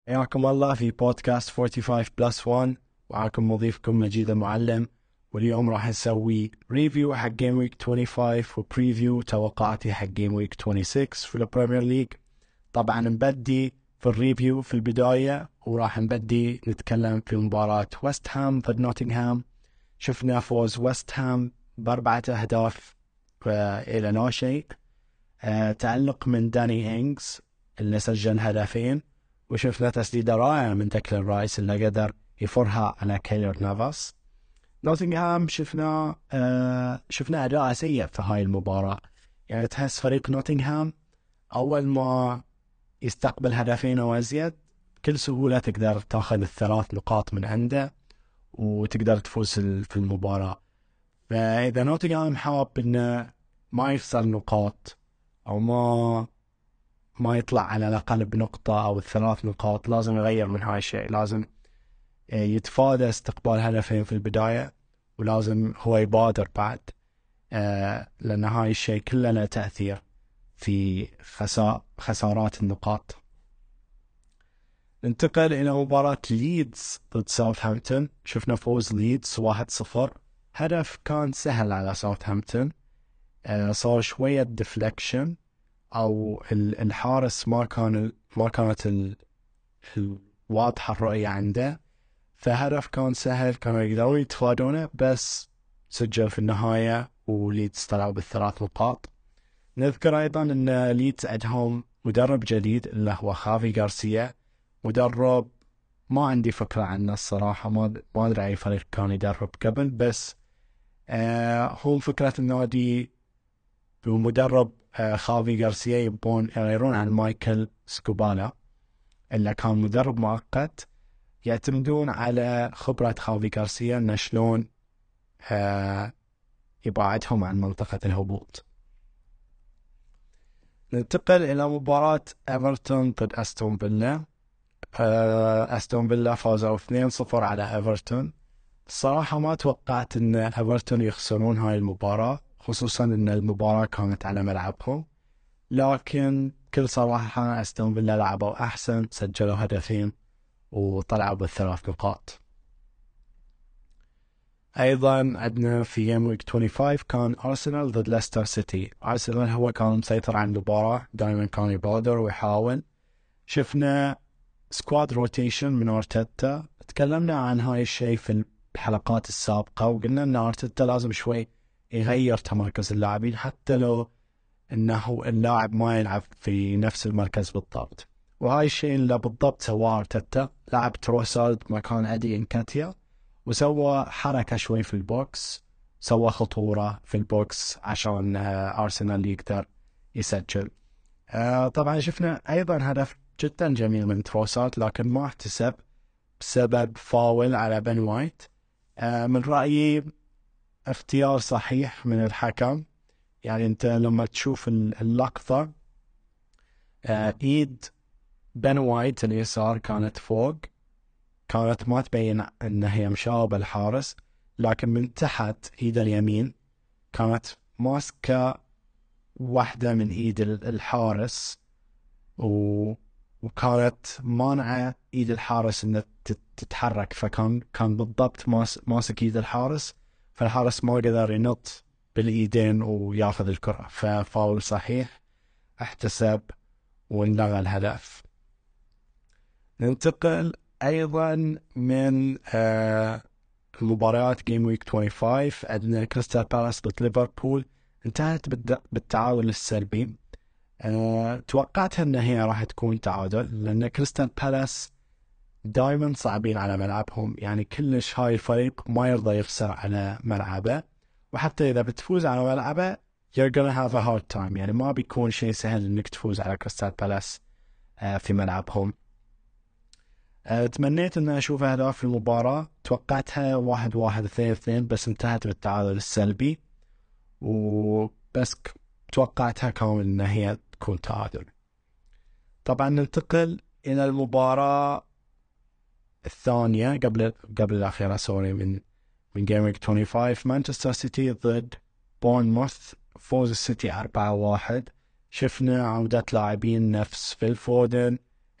حياكم الله في بودكاست 45 بلس 1. وعاكم مضيفكم مجيد المعلم. واليوم راح نسوي ريفيو حق جيم ويك 25 وبريفيو توقعاتي حق جيم ويك 26 في البريمير ليج. طبعا نبدي في الريفيو في البداية، وراح نبدي نتكلم في مباراة ويست هام ضد نوتنغهام. شفنا فوز ويست هام ب4 أهداف إلى لا شيء. تألق من داني إنجز اللي سجل هدفين، وشفنا تسديدة رائعة من ديكلان رايس اللي قدر يفرها على كيلر نافاس. نوتنغهام شفنا أداء سيء في هاي المباراة. يعني تحس فريق نوتنغهام أول ما يستقبل هدفين أو أزيد بكل سهولة تقدر تاخذ الثلاث نقاط من عنده وتقدر تفوز في المباراة. فإذا نوتنغهام حاب إنه ما يخسر نقاط أو ما يطلع على الأقل بنقطة أو الثلاث نقاط، لازم يغير من هاي الشيء. لازم يتفادى استقبال هدفين في البداية، ولازم هو يبادر بعد، لأن هاي الشيء كله له تأثير في خسارات النقاط. ننتقل إلى مباراة ليدز ضد ساوثهامبتون. شفنا فوز ليدز 1-0. هدف كان سهل على ساوثهامبتون. صار شوية ديفليكشن، أو الحارس ما كانت واضحة الرؤية عنده، فهدف كان سهل، كانوا يقدرون يتفادونه، بس سجل في النهاية وليدز طلعوا بالثلاث نقاط. نذكر أيضا أن ليدز عندهم مدرب جديد اللي هو خافي غارسيا. مدرب ما عندي فكرة عنه الصراحة، ما أدري أي فريق كان يدرب قبل، بس هو فكرة النادي بمدرب خافي غارسيا يبون يغيرون عن مايكل سكوبالا اللي كان مدرب مؤقت. يعتمدون على خبرة خافي غارسيا إن شلون يبعدهم عن منطقة الهبوط. ننتقل إلى مباراة إيفرتون ضد أستون فيلا. أستون فيلا فازوا 2-0 على إيفرتون. الصراحة ما توقعت إن إيفرتون يخسرون هاي المباراة، خصوصا إن المباراة كانت على ملعبهم، لكن بكل صراحة أستون فيلا لعبوا أحسن، سجلوا هدفين وطلعوا بالثلاث نقاط. أيضا عندنا في جيم ويك 25 كان أرسنال ضد ليستر سيتي. أرسنال هو كان مسيطر على المباراة، دائما كان يبادر ويحاول. شفنا سكواد روتيشن من أرتيتا، تكلمنا عن هاي الشيء في الحلقات السابقة، وقلنا أن أرتيتا لازم شوي يغير تمركز اللاعبين حتى لو انه اللاعب ما يلعب في نفس المركز بالضبط. وهاي الشيء اللي بالضبط سواه ارتيتا، لعب تروسارد مكان ادي انكاتيا، وسوى حركة شوي في البوكس، سوى خطورة في البوكس عشان ارسنال يقدر يسجل. طبعا شفنا ايضا هدف جدا جميل من تروسارد، لكن ما احتسب بسبب فاول على بن وايت. من رأيي اختيار صحيح من الحكم. يعني انت لما تشوف اللقطة، ايد بن وايت اليسار كانت فوق، كانت ما تبين ان هي مشابه الحارس، لكن من تحت ايد اليمين كانت ماسكة واحدة من ايد الحارس، وكانت مانعة ايد الحارس ان تتحرك، كان بالضبط ماسك ايد الحارس، فالحارس ما قدر ينط بالايدين وياخذ الكرة، ففاول صحيح احتسب ونلغى الهدف. ننتقل ايضا من مباريات جيم ويك 25. عندنا كريستال بالاس ضد ليفربول، انتهت بالتعادل السلبي. توقعتها ان هي راح تكون تعادل، لان كريستال بالاس دائما صعبين على ملعبهم، يعني كلش هاي الفريق ما يرضى يخسر على ملعبه، وحتى اذا بتفوز على ملعبه you're gonna have a hard time، يعني ما بيكون شيء سهل انك تفوز على كريستال بالاس في ملعبهم. تمنيت ان اشوف اهداف في المباراة، توقعتها 1-1 2-2، بس انتهت بالتعادل السلبي، وبس توقعتها كون ان هي تكون تعادل. طبعا ننتقل الى المباراة الثانية قبل الأخيرة، سوري، من جيم ويك 25. مانشستر سيتي ضد بورنموث، فوز السيتي 4-1. شفنا عودة لاعبين نفس فيل فودن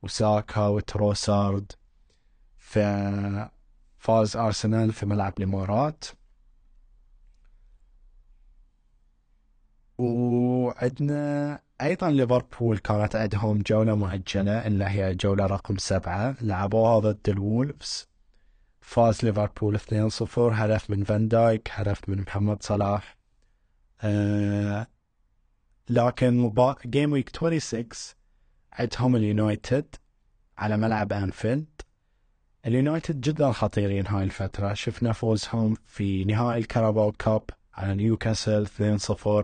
وساكا وتروسارد. ففاز أرسنال في ملعب الإمارات. وعندنا أيضا ليفربول كانت عندهم جولة مؤجلة اللي هي جولة رقم 7، لعبوها ضد الوولفز. فاز ليفربول 2-0، هدف من فان دايك، هدف من محمد صلاح. لكن جيم ويك 26 عندهم اليونايتد على ملعب أنفيلد. اليونايتد جدا خطيرين هاي الفترة، شفنا فوزهم في نهائي الكاراباو كاب على نيوكاسل 2-0.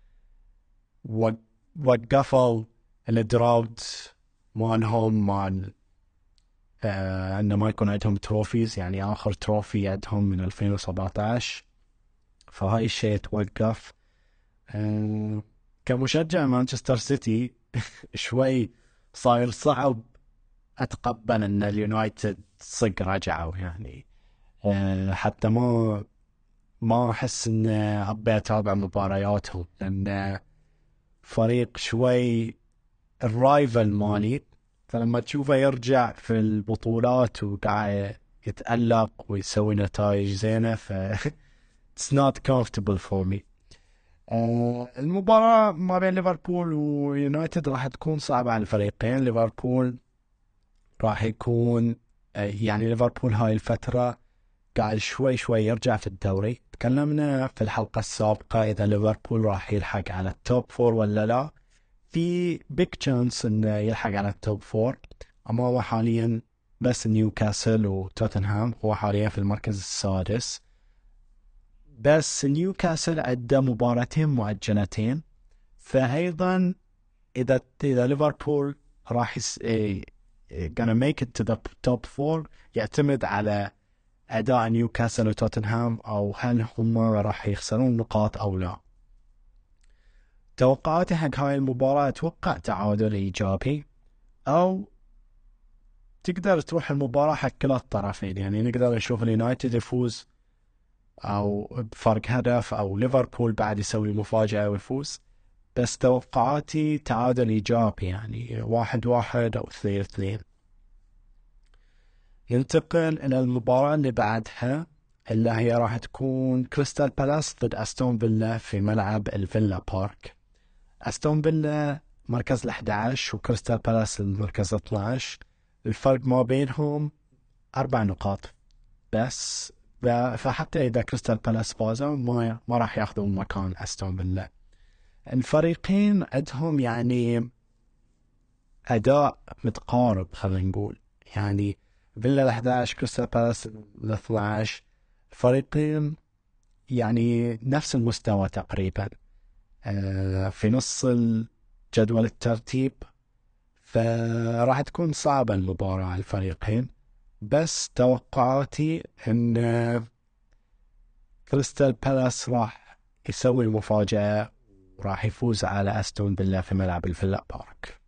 وقفوا الدراود مالهم مال انه ما يكون عندهم تروفيز، يعني اخر تروفي عندهم من 2017، فهاي الشيء توقف. كمشجع مانشستر سيتي شوي صاير صعب اتقبل ان اليونايتد صق رجعوا، يعني حتى ما احس ان ابي اتابع مبارياتهم، لان فريق شوي الرايفل مالي، فلما تشوفه يرجع في البطولات وقاعد يتألق ويسوي نتائج زينة it's not comfortable for me. المباراة ما بين ليفربول ويونايتد راح تكون صعبة على الفريقين. ليفربول راح يكون يعني ليفربول هاي الفترة قاعد شوي يرجع في الدوري. تكلمنا في الحلقة السابقة إذا ليفربول راح يلحق على التوب 4 ولا لا. في بيك تشانس إنه يلحق على التوب 4، أما هو حاليا بس نيوكاسل وتوتنهام، هو حاليا في المركز السادس. بس نيوكاسل عنده مباراتين مؤجلتين، فأيضا إذا ليفربول راح gonna make it to the top 4 يعتمد على أداء نيوكاسل وتوتنهام، أو هل هم راح يخسرون نقاط أو لا. توقعاتي حق هاي المباراة أتوقع تعادل إيجابي، أو تقدر تروح المباراة حق كلا الطرفين، يعني نقدر نشوف اليونايتد يفوز أو بفرق هدف، أو ليفربول بعد يسوي مفاجأة ويفوز. بس توقعاتي تعادل إيجابي، يعني 1-1 أو 2-2. ننتقل إلى المباراة اللي بعدها، اللي هي راح تكون كريستال بالاس ضد أستون فيلا في ملعب الفيلا بارك. أستون فيلا مركز 11 وكريستال بالاس المركز 12، الفرق ما بينهم 4 نقاط بس. فحتى إذا كريستال بالاس فازوا ما راح ياخذون مكان أستون فيلا. الفريقين عندهم يعني أداء متقارب، خلينا نقول يعني فيلا 11 كريستال بالاس 12، الفريقين يعني نفس المستوى تقريبا في نص جدول الترتيب. فراح تكون صعبة المباراة على الفريقين، بس توقعاتي ان كريستال بالاس راح يسوي مفاجأة وراح يفوز على أستون فيلا في ملعب الفيلا بارك.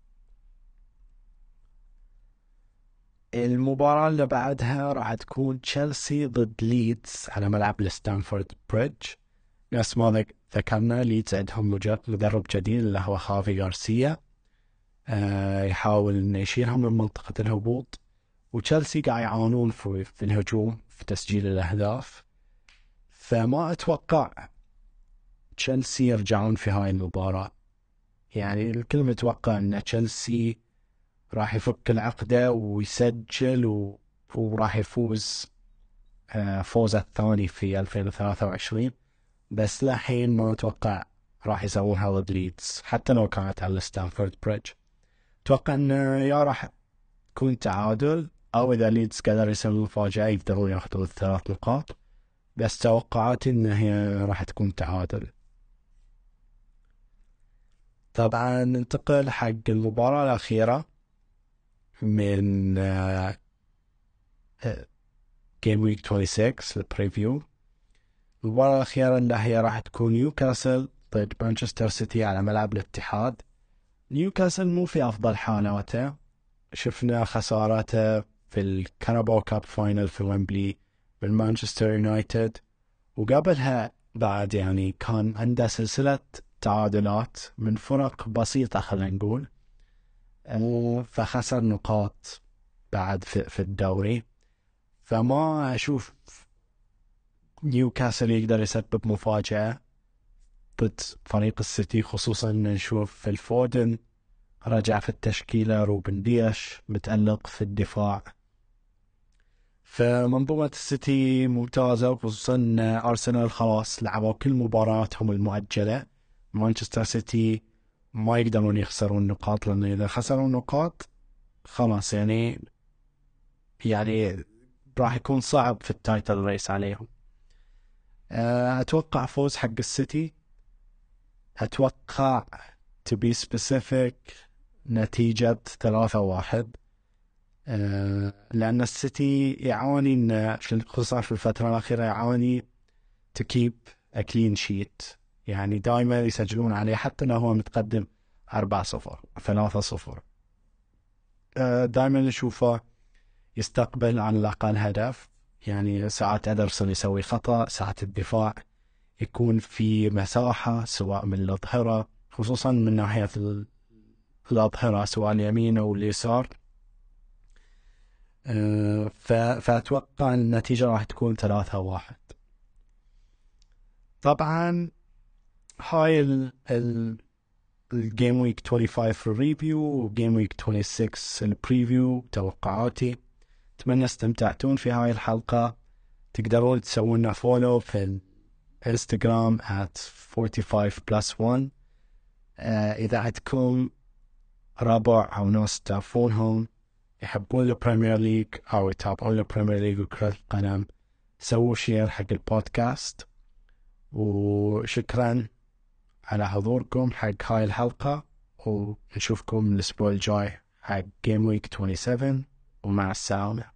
المباراة اللي بعدها راح تكون تشيلسي ضد ليدز على ملعب الستانفورد بريدج. نفس ما ذكرنا ليدز عندهم مدرب جديد اللي هو خافي غارسيا، يحاول انه يشيلهم من منطقة الهبوط، وتشيلسي قاعد يعانون في الهجوم في تسجيل الأهداف. فما أتوقع تشيلسي يرجعون في هاي المباراة، يعني الكل متوقع أن تشيلسي راح يفك العقدة ويسجل وراح يفوز فوزه الثاني في 2023. بس لحين ما أتوقع راح يسوونها ضد ليدز حتى لو كانت على ستانفورد بريدج. أتوقع أن يا راح تكون تعادل، أو إذا ليدز قدر يسوي مفاجأة يقدرون ياخذون 3 نقاط. بس توقعاتي إن هي راح تكون تعادل. طبعا ننتقل حق المباراة الأخيرة من جيم ويك 26 البريفيو. المباراة الأخيرة اللي هي راح تكون نيوكاسل ضد مانشستر سيتي على ملعب الاتحاد. نيوكاسل مو في أفضل حالاته، شفنا خسارته في الكاراباو كاب فاينل في ويمبلي من مانشستر يونايتد، وقبلها بعد يعني كان عنده سلسلة تعادلات من فرق بسيطة خلينا نقول. فخسر نقاط بعد في الدوري. فما أشوف نيوكاسل يقدر يسبب مفاجأة ضد فريق السيتي، خصوصا نشوف الفودن رجع في التشكيلة، روبن دياش متألق في الدفاع. فمنظومة السيتي ممتازة، خصوصا أرسنال خلاص لعبوا كل مباراتهم المؤجلة. مانشستر سيتي ما يقدرون يخسرون نقاط، لأنه إذا خسروا نقاط خلاص يعني راح يكون صعب في التايتل ريس عليهم. أتوقع فوز حق السيتي. أتوقع to be specific نتيجة 3-1. لأن السيتي يعاني خصوصا في الفترة الأخيرة يعاني to keep a clean sheet، يعني دائما يسجلون عليه حتى لو هو متقدم 4-0 3-0. دائما نشوفه يستقبل على الأقل هدف، يعني ساعات أدرسون يسوي خطأ، ساعات الدفاع يكون في مساحة سواء من الأظهرة، خصوصا من ناحية الأظهرة سواء اليمين أو اليسار. فأتوقع النتيجة راح تكون 3-1. طبعا هاي الجيم ويك 25 في الريفيو، وجيم ويك 26 البريفيو توقعاتي. أتمنى استمتعتون في هاي الحلقة. تقدرون تسوون لنا فولو في الانستغرام @45+1. إذا عندكم ربع أو ناس تعرفونهم يحبون البريمير ليج أو يتابعون البريمير ليج وكرة القدم، سووا شير حق البودكاست. وشكرا على حضوركم حق هاي الحلقة، ونشوفكم الأسبوع الجاي حق جيم ويك 27، ومع السلامة.